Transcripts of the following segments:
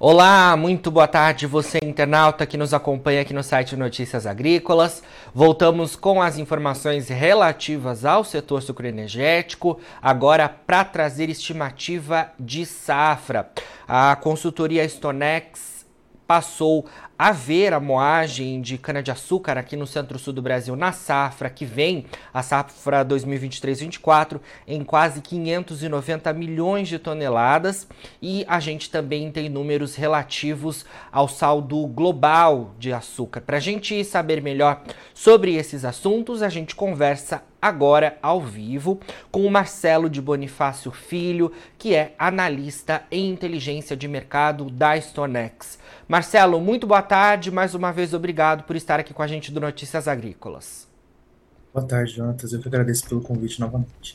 Olá, muito boa tarde, você internauta que nos acompanha aqui no site Notícias Agrícolas. Voltamos com as informações relativas ao setor sucroenergético, agora para trazer estimativa de safra. A consultoria Stonex passou a ver a moagem de cana-de-açúcar aqui no centro-sul do Brasil na safra que vem, a safra 2023-24, em quase 590 milhões de toneladas, e a gente também tem números relativos ao saldo global de açúcar. Para a gente saber melhor sobre esses assuntos, a gente conversa agora ao vivo com o Marcelo de Bonifácio Filho, que é analista em inteligência de mercado da Stonex. Marcelo, muito boa tarde, mais uma vez obrigado por estar aqui com a gente do Notícias Agrícolas. Boa tarde, Jonatas. Eu que agradeço pelo convite novamente.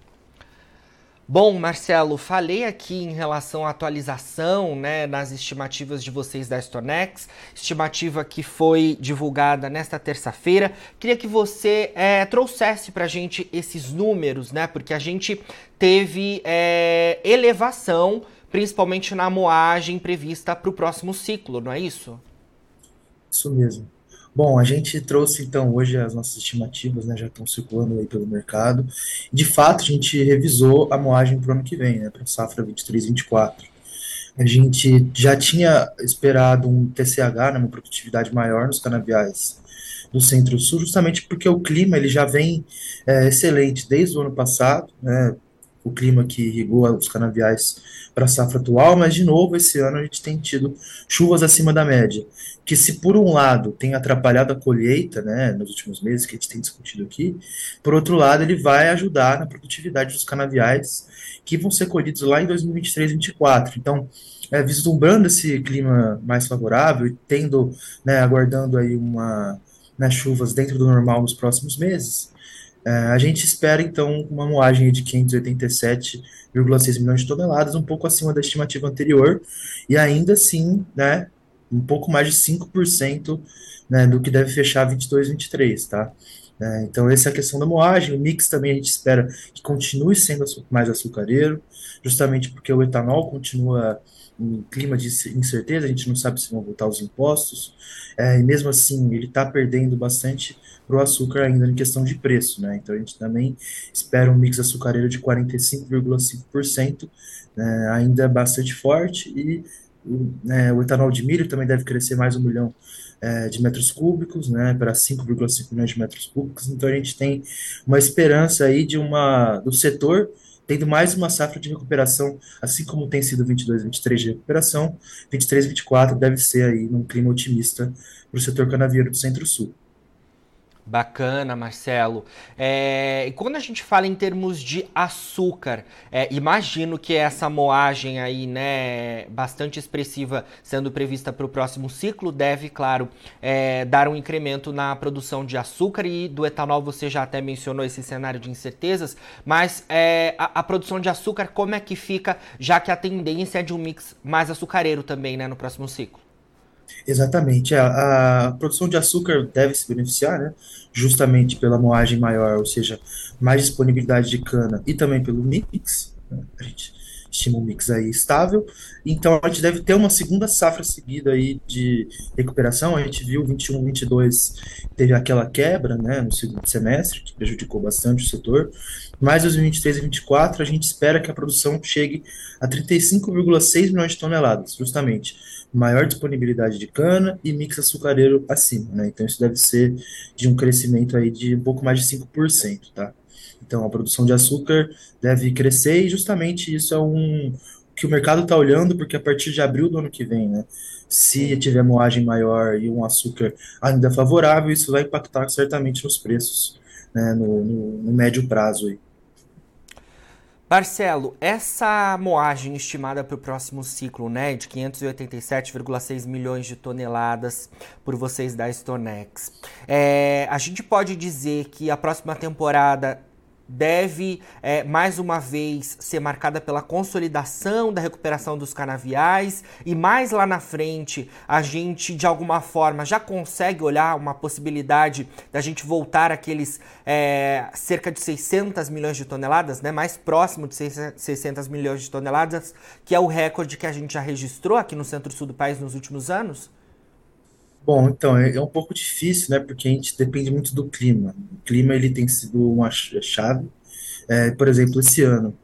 Bom, Marcelo, falei aqui em relação à atualização, né, nas estimativas de vocês da Stonex, estimativa que foi divulgada nesta terça-feira. Queria que você trouxesse para a gente esses números, né, porque a gente teve elevação, principalmente na moagem prevista para o próximo ciclo, não é isso? Isso mesmo. Bom, a gente trouxe então hoje as nossas estimativas, né, já estão circulando aí pelo mercado. De fato, a gente revisou a moagem para o ano que vem, né, para a safra 23-24. A gente já tinha esperado um TCH, né, uma produtividade maior nos canaviais do Centro-Sul, justamente porque o clima ele já vem excelente desde o ano passado, né, o clima que irrigou os canaviais para a safra atual, mas de novo esse ano a gente tem tido chuvas acima da média, que se por um lado tem atrapalhado a colheita, né, nos últimos meses que a gente tem discutido aqui, por outro lado ele vai ajudar na produtividade dos canaviais que vão ser colhidos lá em 2023-24. Então, vislumbrando esse clima mais favorável e tendo, né, aguardando aí chuvas dentro do normal nos próximos meses, a gente espera, então, uma moagem de 587,6 milhões de toneladas, um pouco acima da estimativa anterior, e ainda assim, né, um pouco mais de 5%, né, do que deve fechar 22-23, tá? Então, essa é a questão da moagem. O mix também a gente espera que continue sendo mais açucareiro, justamente porque o etanol continua em clima de incerteza, a gente não sabe se vão voltar os impostos, e mesmo assim ele está perdendo bastante para o açúcar ainda em questão de preço, né? Então a gente também espera um mix açucareiro de 45,5%, né, ainda bastante forte, e o etanol de milho também deve crescer mais 1 milhão de metros cúbicos, né, para 5,5 milhões de metros cúbicos. Então a gente tem uma esperança aí do setor tendo mais uma safra de recuperação, assim como tem sido 22-23 de recuperação, 23-24 deve ser aí num clima otimista para o setor canavieiro do Centro-Sul. Bacana, Marcelo. E quando a gente fala em termos de açúcar, imagino que essa moagem aí, né, bastante expressiva sendo prevista para o próximo ciclo, deve, claro, dar um incremento na produção de açúcar e do etanol. Você já até mencionou esse cenário de incertezas, mas a produção de açúcar, como é que fica, já que a tendência é de um mix mais açucareiro também, né, no próximo ciclo? Exatamente. A produção de açúcar deve se beneficiar, né? Justamente pela moagem maior, ou seja, mais disponibilidade de cana e também pelo mix, né? A gente estima um mix aí estável. Então a gente deve ter uma segunda safra seguida aí de recuperação. A gente viu 21-22 teve aquela quebra, né, no segundo semestre, que prejudicou bastante o setor. Mas os 23 e 24 a gente espera que a produção chegue a 35,6 milhões de toneladas, justamente maior disponibilidade de cana e mix açucareiro acima, né? Então isso deve ser de um crescimento aí de um pouco mais de 5%, tá? Então a produção de açúcar deve crescer e justamente isso é que o mercado está olhando, porque a partir de abril do ano que vem, né? Se Sim. tiver moagem maior e um açúcar ainda favorável, isso vai impactar certamente nos preços, né, no médio prazo aí. Marcelo, essa moagem estimada para o próximo ciclo, né, de 587,6 milhões de toneladas por vocês da Stonex, a gente pode dizer que a próxima temporada deve, mais uma vez, ser marcada pela consolidação da recuperação dos canaviais e mais lá na frente a gente, de alguma forma, já consegue olhar uma possibilidade da gente voltar àqueles cerca de 600 milhões de toneladas, né, mais próximo de 600 milhões de toneladas, que é o recorde que a gente já registrou aqui no centro-sul do país nos últimos anos? Bom, então, é um pouco difícil, né, porque a gente depende muito do clima. O clima, ele tem sido uma chave. Por exemplo, esse ano,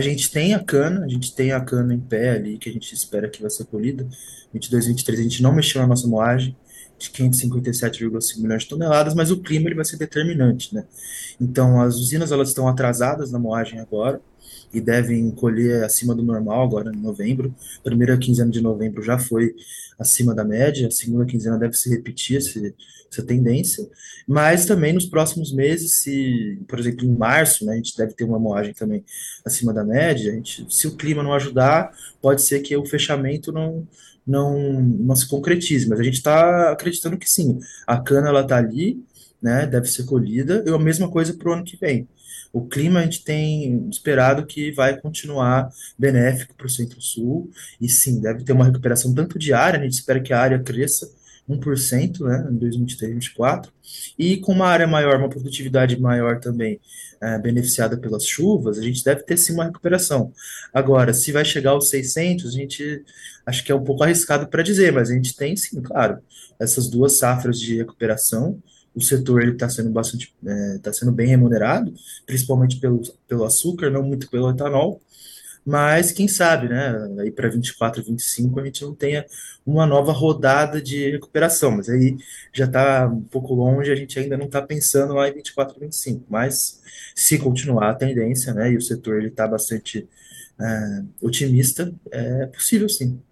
a gente tem a cana em pé ali, que a gente espera que vai ser colhida. 22, 23, a gente não mexeu na nossa moagem de 557,5 milhões de toneladas, mas o clima ele vai ser determinante, né? Então, as usinas elas estão atrasadas na moagem agora e devem colher acima do normal agora em novembro. A primeira quinzena de novembro já foi acima da média, a segunda quinzena deve se repetir essa tendência, mas também nos próximos meses, se, por exemplo, em março, né, a gente deve ter uma moagem também acima da média, se o clima não ajudar, pode ser que o fechamento não se concretize, mas a gente está acreditando que sim, a cana ela está ali, né, deve ser colhida, e a mesma coisa para o ano que vem. O clima a gente tem esperado que vai continuar benéfico para o Centro-Sul, e sim, deve ter uma recuperação tanto de área, a gente espera que a área cresça 1%, né, em 2023, 2024, e com uma área maior, uma produtividade maior também, beneficiada pelas chuvas, a gente deve ter sim uma recuperação. Agora, se vai chegar aos 600, a gente acho que é um pouco arriscado para dizer, mas a gente tem sim, claro, essas duas safras de recuperação. O setor ele está sendo está sendo bem remunerado, principalmente pelo açúcar, não muito pelo etanol. Mas quem sabe, né? Aí para 24, 25 a gente não tenha uma nova rodada de recuperação, mas aí já está um pouco longe, a gente ainda não está pensando lá em 24, 25. Mas se continuar a tendência, né? E o setor ele está bastante otimista, é possível sim.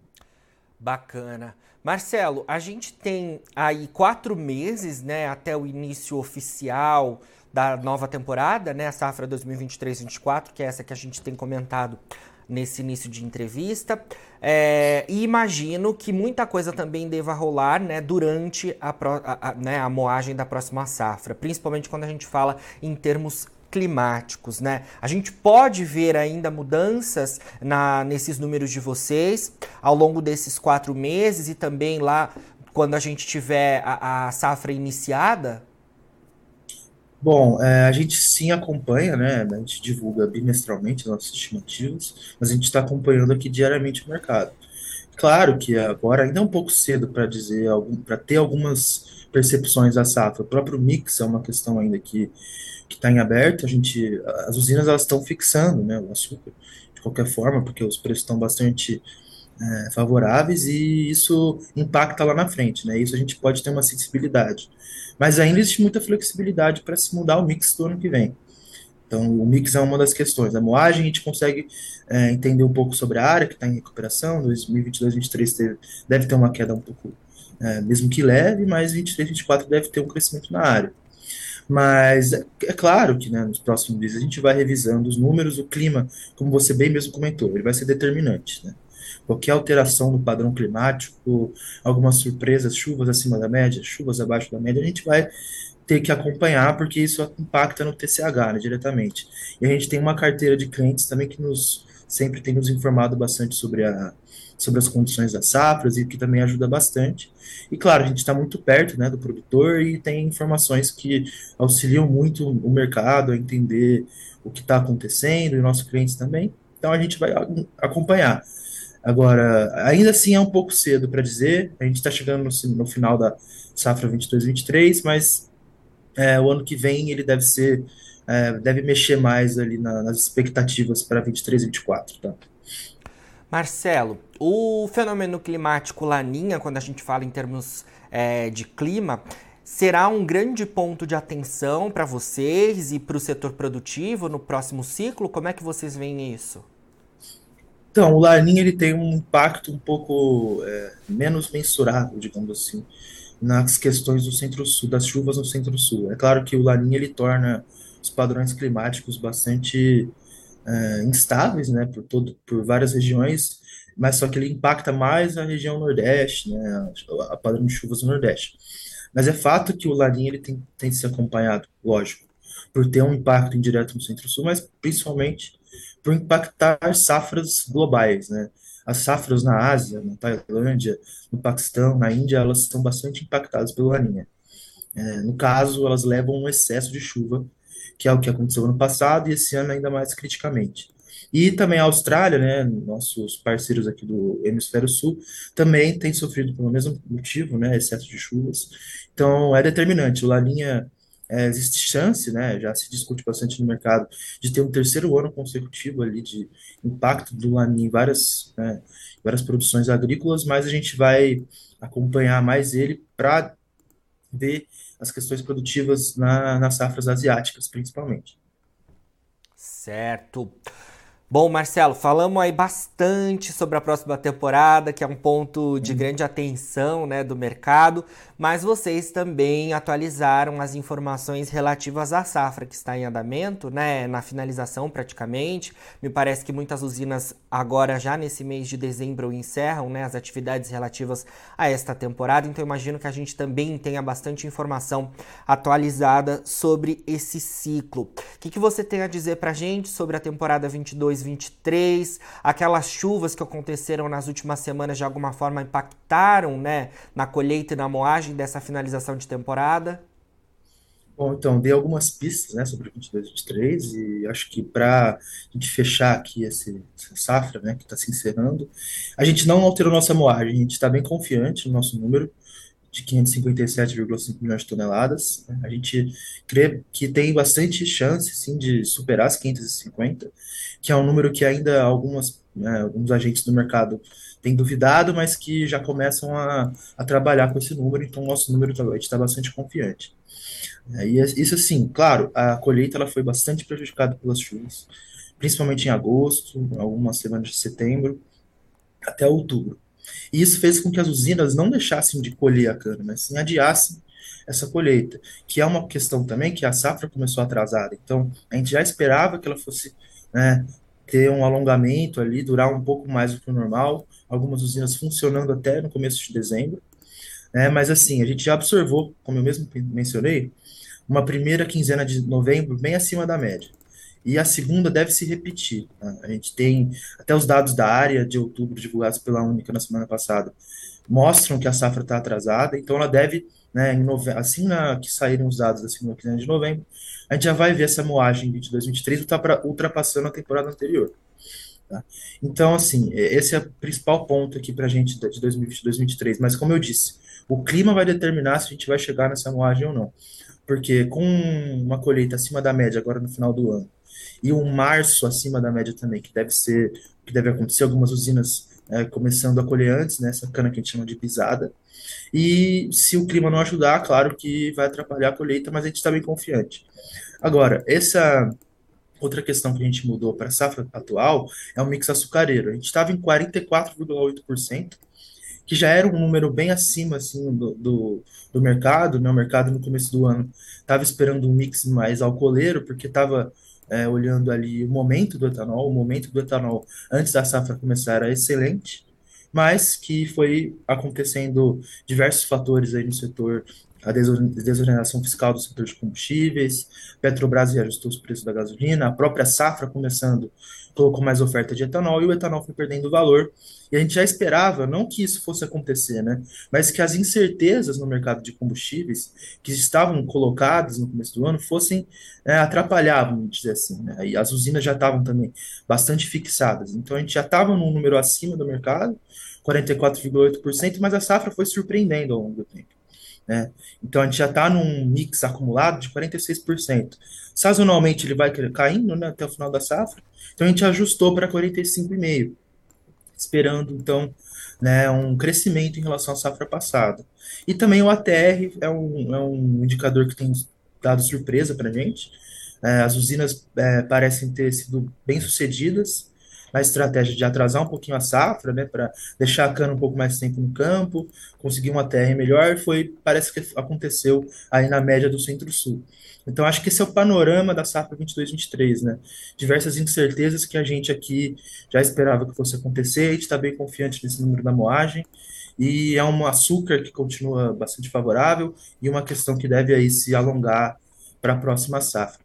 Bacana. Marcelo, a gente tem aí 4 meses, né, até o início oficial da nova temporada, né, a safra 2023-24, que é essa que a gente tem comentado nesse início de entrevista. E imagino que muita coisa também deva rolar, né, durante né, a moagem da próxima safra, principalmente quando a gente fala em termos climáticos, né? A gente pode ver ainda mudanças nesses números de vocês ao longo desses 4 meses e também lá quando a gente tiver a safra iniciada. Bom, a gente sim acompanha, né? A gente divulga bimestralmente as nossas estimativas, mas a gente está acompanhando aqui diariamente o mercado. Claro que agora ainda é um pouco cedo para dizer para ter algumas percepções da safra. O próprio mix é uma questão ainda que está em aberto. As usinas elas estão fixando, né, o açúcar de qualquer forma, porque os preços estão bastante favoráveis e isso impacta lá na frente, né? Isso a gente pode ter uma sensibilidade. Mas ainda existe muita flexibilidade para se mudar o mix do ano que vem. Então, o mix é uma das questões. A moagem, a gente consegue entender um pouco sobre a área que está em recuperação. 2022, 2023 deve ter uma queda um pouco, mesmo que leve, mas 23, 24 deve ter um crescimento na área. Mas é claro que, né, nos próximos meses a gente vai revisando os números, o clima, como você bem mesmo comentou, ele vai ser determinante, né? Qualquer alteração no padrão climático, algumas surpresas, chuvas acima da média, chuvas abaixo da média, a gente vai ter que acompanhar, porque isso impacta no TCH, né, diretamente. E a gente tem uma carteira de clientes também que sempre tem nos informado bastante sobre as condições das safras e que também ajuda bastante. E claro, a gente está muito perto, né, do produtor e tem informações que auxiliam muito o mercado a entender o que está acontecendo e nossos clientes também. Então a gente vai acompanhar. Agora, ainda assim é um pouco cedo para dizer, a gente está chegando no final da safra 22-23, mas o ano que vem ele deve mexer mais ali nas expectativas para 23 e 24, tá? Marcelo, o fenômeno climático Laninha, quando a gente fala em termos de clima, será um grande ponto de atenção para vocês e para o setor produtivo no próximo ciclo? Como é que vocês veem isso? Então, o Laninha ele tem um impacto um pouco menos mensurável, digamos assim, nas questões do Centro-Sul, das chuvas no Centro-Sul. É claro que o Laninha ele torna os padrões climáticos bastante instáveis, né, por várias regiões, mas só que ele impacta mais a região Nordeste, né, a padrão de chuvas no Nordeste. Mas é fato que o Laninha ele tem se acompanhado, lógico. por ter um impacto indireto no Centro-Sul, mas principalmente por impactar safras globais, né? As safras na Ásia, na Tailândia, no Paquistão, na Índia, elas são bastante impactadas pelo Laninha. No caso, elas levam um excesso de chuva, que é o que aconteceu ano passado e esse ano ainda mais criticamente. E também a Austrália, né, nossos parceiros aqui do Hemisfério Sul, também tem sofrido pelo mesmo motivo, né, excesso de chuvas. Então, é determinante. O Laninha, existe chance, né, já se discute bastante no mercado, de ter um terceiro ano consecutivo ali de impacto do Laninha em várias, né, várias produções agrícolas, mas a gente vai acompanhar mais ele para ver as questões produtivas nas safras asiáticas, principalmente. Certo. Bom, Marcelo, falamos aí bastante sobre a próxima temporada, que é um ponto de grande atenção, né, do mercado, mas vocês também atualizaram as informações relativas à safra que está em andamento, né, na finalização praticamente. Me parece que muitas usinas agora já nesse mês de dezembro encerram, né, as atividades relativas a esta temporada, então imagino que a gente também tenha bastante informação atualizada sobre esse ciclo. O que você tem a dizer pra gente sobre a temporada 22-23? Aquelas chuvas que aconteceram nas últimas semanas de alguma forma impactaram, né, na colheita e na moagem dessa finalização de temporada? Bom, então, dei algumas pistas, né, sobre o 22 e 23, e acho que para a gente fechar aqui essa safra, né, que está se encerrando, a gente não alterou nossa moagem, a gente está bem confiante no nosso número de 557,5 milhões de toneladas. Né? A gente crê que tem bastante chance, sim, de superar as 550, que é um número que ainda né, alguns agentes do mercado têm duvidado, mas que já começam a trabalhar com esse número, então o nosso número a gente está bastante confiante. Isso assim, claro, a colheita ela foi bastante prejudicada pelas chuvas, principalmente em agosto, algumas semanas de setembro, até outubro. E isso fez com que as usinas não deixassem de colher a cana, mas sim adiassem essa colheita, que é uma questão também que a safra começou atrasada. Então, a gente já esperava que ela fosse, né, ter um alongamento ali, durar um pouco mais do que o normal, algumas usinas funcionando até no começo de dezembro, né, mas assim, a gente já observou, como eu mesmo mencionei, uma primeira quinzena de novembro bem acima da média. E a segunda deve se repetir. Tá? A gente tem até os dados da área de outubro divulgados pela Única na semana passada mostram que a safra está atrasada, então ela deve, né, que saírem os dados da segunda quinzena de novembro, a gente já vai ver essa moagem 22-23 ultrapassando a temporada anterior. Tá? Então, assim, esse é o principal ponto aqui para a gente de 2022-2023. Mas, como eu disse, o clima vai determinar se a gente vai chegar nessa moagem ou não. Porque com uma colheita acima da média agora no final do ano, e um março acima da média também, que deve ser, que deve acontecer, algumas usinas começando a colher antes, né, essa cana que a gente chama de pisada, e se o clima não ajudar, claro que vai atrapalhar a colheita, mas a gente está bem confiante. Agora, essa outra questão que a gente mudou para a safra atual é o mix açucareiro. A gente estava em 44,8%, que já era um número bem acima assim, do mercado, né? O mercado no começo do ano estava esperando um mix mais alcooleiro, porque estava olhando ali o momento do etanol antes da safra começar era excelente, mas que foi acontecendo diversos fatores aí no setor, a desoneração fiscal do setor de combustíveis, Petrobras ajustou os preços da gasolina, a própria safra começando colocou mais oferta de etanol e o etanol foi perdendo valor. E a gente já esperava, não que isso fosse acontecer, né, mas que as incertezas no mercado de combustíveis que estavam colocadas no começo do ano fossem atrapalhar, vamos dizer assim, né, e as usinas já estavam também bastante fixadas. Então a gente já estava num número acima do mercado, 44,8%, mas a safra foi surpreendendo ao longo do tempo. Né? Então a gente já está num mix acumulado de 46%. Sazonalmente ele vai caindo, né, até o final da safra, então a gente ajustou para 45,5%, esperando então, né, um crescimento em relação à safra passada. E também o ATR é um indicador que tem dado surpresa para a gente. As usinas parecem ter sido bem-sucedidas na estratégia de atrasar um pouquinho a safra, né, para deixar a cana um pouco mais tempo no campo, conseguir uma TR melhor, parece que aconteceu aí na média do Centro-Sul. Então, acho que esse é o panorama da safra 22-23, né? Diversas incertezas que a gente aqui já esperava que fosse acontecer, a gente está bem confiante nesse número da moagem, e é um açúcar que continua bastante favorável, e uma questão que deve aí se alongar para a próxima safra.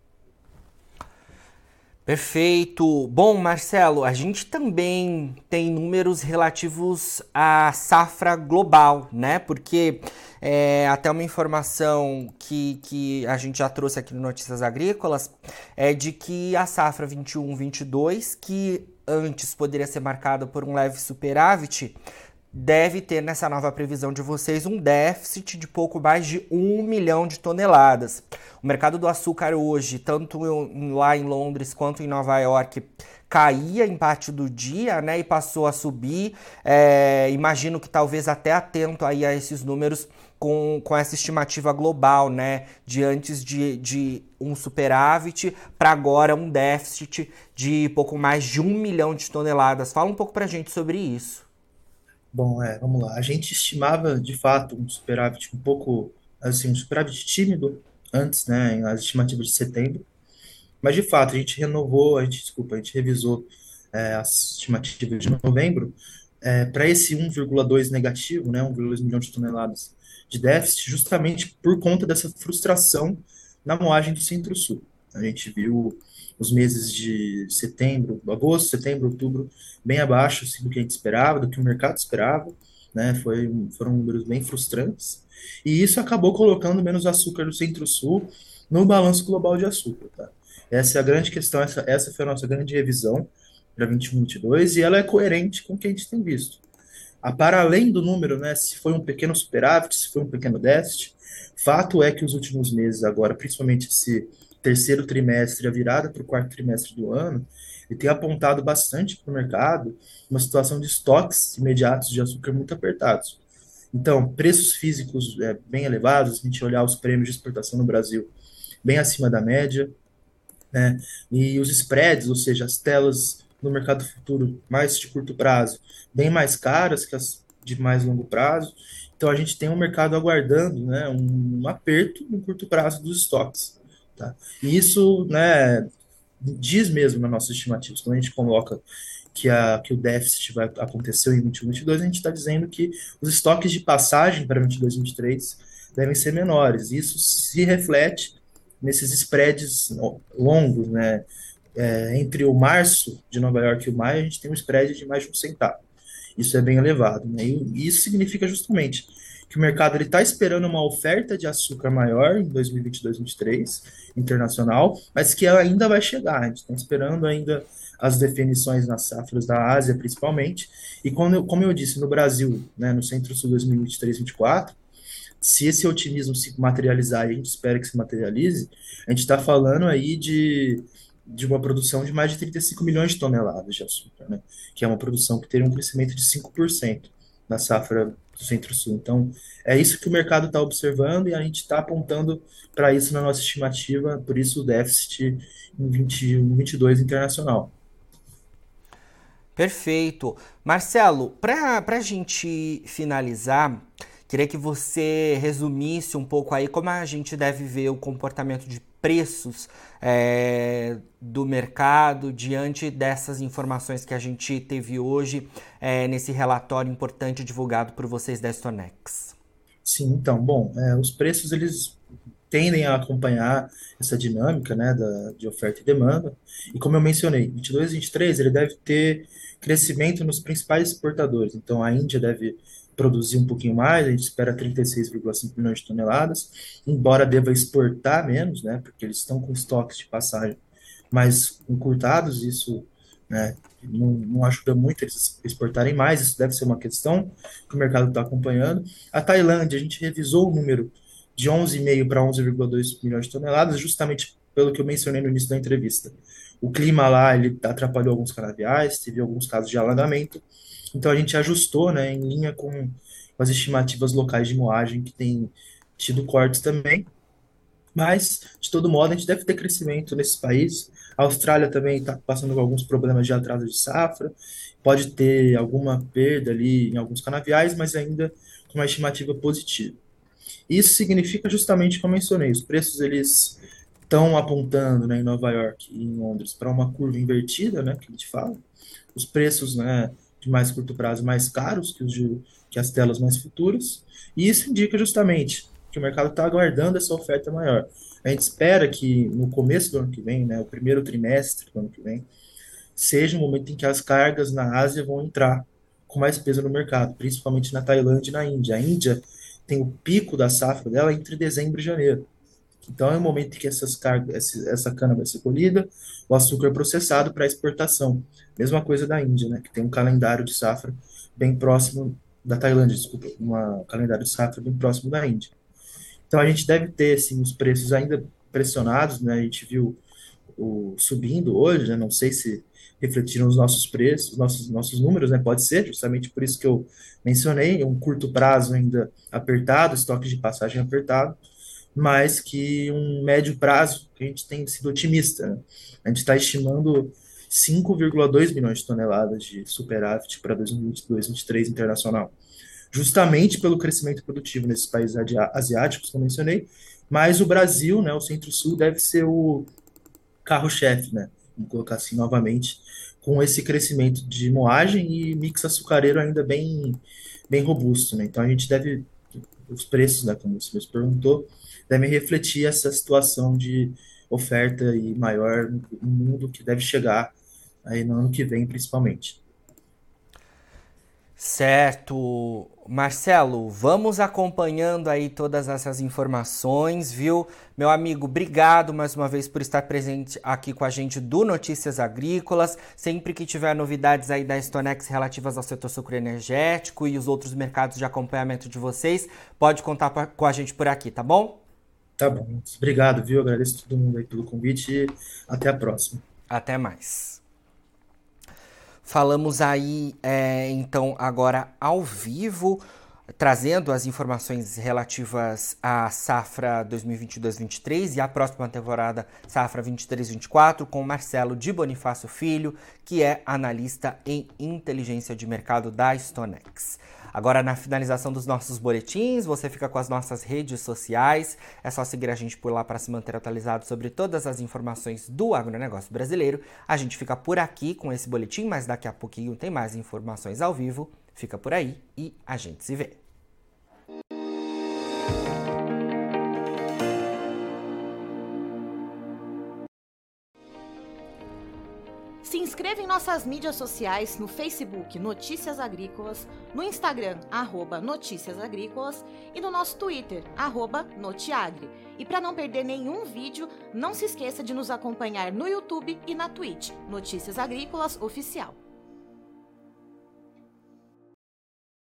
Perfeito. Bom, Marcelo, a gente também tem números relativos à safra global, né? Porque até uma informação que a gente já trouxe aqui no Notícias Agrícolas é de que a safra 21-22, que antes poderia ser marcada por um leve superávit, deve ter nessa nova previsão de vocês um déficit de pouco mais de 1 milhão de toneladas. O mercado do açúcar hoje, tanto lá em Londres quanto em Nova York, caía em parte do dia, né, e passou a subir. Imagino que talvez até atento aí a esses números com essa estimativa global, né, de antes de um superávit para agora um déficit de pouco mais de 1 milhão de toneladas. Fala um pouco pra gente sobre isso. Bom, vamos lá. A gente estimava, de fato, um superávit um pouco, assim, um superávit tímido antes, né, nas estimativas de setembro, mas de fato a gente revisou as estimativas de novembro para esse 1,2 negativo, né, 1,2 milhão de toneladas de déficit, justamente por conta dessa frustração na moagem do Centro-Sul. A gente viu os meses de setembro, agosto, setembro, outubro, bem abaixo assim, do que a gente esperava, do que o mercado esperava, né? Foram números bem frustrantes. E isso acabou colocando menos açúcar do Centro-Sul no balanço global de açúcar, tá? Essa é a grande questão, essa foi a nossa grande revisão para 21, 22, e ela é coerente com o que a gente tem visto. Para além do número, né, se foi um pequeno superávit, se foi um pequeno déficit, fato é que os últimos meses agora, principalmente esse terceiro trimestre, a virada para o quarto trimestre do ano, ele tem apontado bastante para o mercado uma situação de estoques imediatos de açúcar muito apertados. Então, preços físicos bem elevados, se a gente olhar os prêmios de exportação no Brasil, bem acima da média, né? E os spreads, ou seja, as telas no mercado futuro mais de curto prazo, bem mais caras que as de mais longo prazo. Então a gente tem um mercado aguardando, né, um aperto no curto prazo dos estoques, tá? E isso, né, diz mesmo nas nossas estimativas, quando a gente coloca que o déficit vai acontecer em 21, 22, a gente está dizendo que os estoques de passagem para 22, 23 devem ser menores. Isso se reflete nesses spreads longos, né? Entre o março de Nova York e o maio, a gente tem um spread de mais de 1 centavo. Isso é bem elevado, né? E isso significa justamente que o mercado está esperando uma oferta de açúcar maior em 2022, 2023, internacional, mas que ela ainda vai chegar. A gente está esperando ainda as definições nas safras da Ásia, principalmente. E como eu disse, no Brasil, né, no Centro-Sul 2023, 2024, se esse otimismo se materializar, e a gente espera que se materialize, a gente está falando aí de uma produção de mais de 35 milhões de toneladas de açúcar, né? Que é uma produção que teria um crescimento de 5% na safra do Centro-Sul. Então, é isso que o mercado está observando e a gente está apontando para isso na nossa estimativa, por isso o déficit em 21, 22 internacional. Perfeito. Marcelo, para a gente finalizar, queria que você resumisse um pouco aí como a gente deve ver o comportamento de preços do mercado diante dessas informações que a gente teve hoje nesse relatório importante divulgado por vocês da Stonex. Sim, então, bom, os preços eles tendem a acompanhar essa dinâmica, né, de oferta e demanda. E como eu mencionei, 22 e 23 ele deve ter crescimento nos principais exportadores. Então, a Índia deve produzir um pouquinho mais, a gente espera 36,5 milhões de toneladas, embora deva exportar menos, né, porque eles estão com estoques de passagem mais encurtados, isso, né, não ajuda muito eles exportarem mais, isso deve ser uma questão que o mercado está acompanhando. A Tailândia, a gente revisou o número de 11,5 para 11,2 milhões de toneladas, justamente pelo que eu mencionei no início da entrevista. O clima lá, ele atrapalhou alguns canaviais, teve alguns casos de alagamento, então a gente ajustou, né, em linha com as estimativas locais de moagem, que tem tido cortes também, mas, de todo modo, a gente deve ter crescimento nesses países. A Austrália também está passando por alguns problemas de atraso de safra, pode ter alguma perda ali em alguns canaviais, mas ainda com uma estimativa positiva. Isso significa justamente como eu mencionei, os preços eles estão apontando, né, em Nova York e em Londres para uma curva invertida, né, que a gente fala. Os preços, né, de mais curto prazo mais caros que as telas mais futuras. E isso indica justamente que o mercado está aguardando essa oferta maior. A gente espera que no começo do ano que vem, né, o primeiro trimestre do ano que vem, seja o momento em que as cargas na Ásia vão entrar com mais peso no mercado, principalmente na Tailândia e na Índia. A Índia tem o pico da safra dela entre dezembro e janeiro. Então é o momento em que essas cargas, essa cana vai ser colhida, o açúcar é processado para exportação. Mesma coisa da Índia, né, que tem um calendário de safra bem próximo da Tailândia, desculpa, um calendário de safra bem próximo da Índia. Então a gente deve ter assim, os preços ainda pressionados, né? A gente viu subindo hoje, né? Não sei se refletiram os nossos preços, nossos números, né? Pode ser, justamente por isso que eu mencionei, um curto prazo ainda apertado, estoque de passagem apertado, mas que um médio prazo que a gente tem sido otimista, né? A gente está estimando 5,2 milhões de toneladas de superávit para 2022-2023 internacional, justamente pelo crescimento produtivo nesses países asiáticos que eu mencionei, mas o Brasil, né, o Centro-Sul, deve ser o carro-chefe, né? Vamos colocar assim novamente, com esse crescimento de moagem e mix açucareiro ainda bem robusto, né? Então a gente deve, os preços, né, como você mesmo perguntou, devem refletir essa situação de oferta e maior no mundo que deve chegar aí no ano que vem, principalmente. Certo, Marcelo, vamos acompanhando aí todas essas informações, viu? Meu amigo, obrigado mais uma vez por estar presente aqui com a gente do Notícias Agrícolas. Sempre que tiver novidades aí da Stonex relativas ao setor sucroenergético e os outros mercados de acompanhamento de vocês, pode contar com a gente por aqui, tá bom? Tá bom, obrigado, viu? Agradeço a todo mundo aí pelo convite e até a próxima. Até mais. Falamos aí, então, agora ao vivo, trazendo as informações relativas à safra 2022-23 e à próxima temporada safra 23-24 com Marcelo de Bonifácio Filho, que é analista em inteligência de mercado da Stonex. Agora, na finalização dos nossos boletins, você fica com as nossas redes sociais. É só seguir a gente por lá para se manter atualizado sobre todas as informações do agronegócio brasileiro. A gente fica por aqui com esse boletim, mas daqui a pouquinho tem mais informações ao vivo. Fica por aí e a gente se vê. Se inscreva em nossas mídias sociais no Facebook Notícias Agrícolas, no Instagram @Notícias Agrícolas e no nosso Twitter @Notiagre. E para não perder nenhum vídeo, não se esqueça de nos acompanhar no YouTube e na Twitch, Notícias Agrícolas Oficial.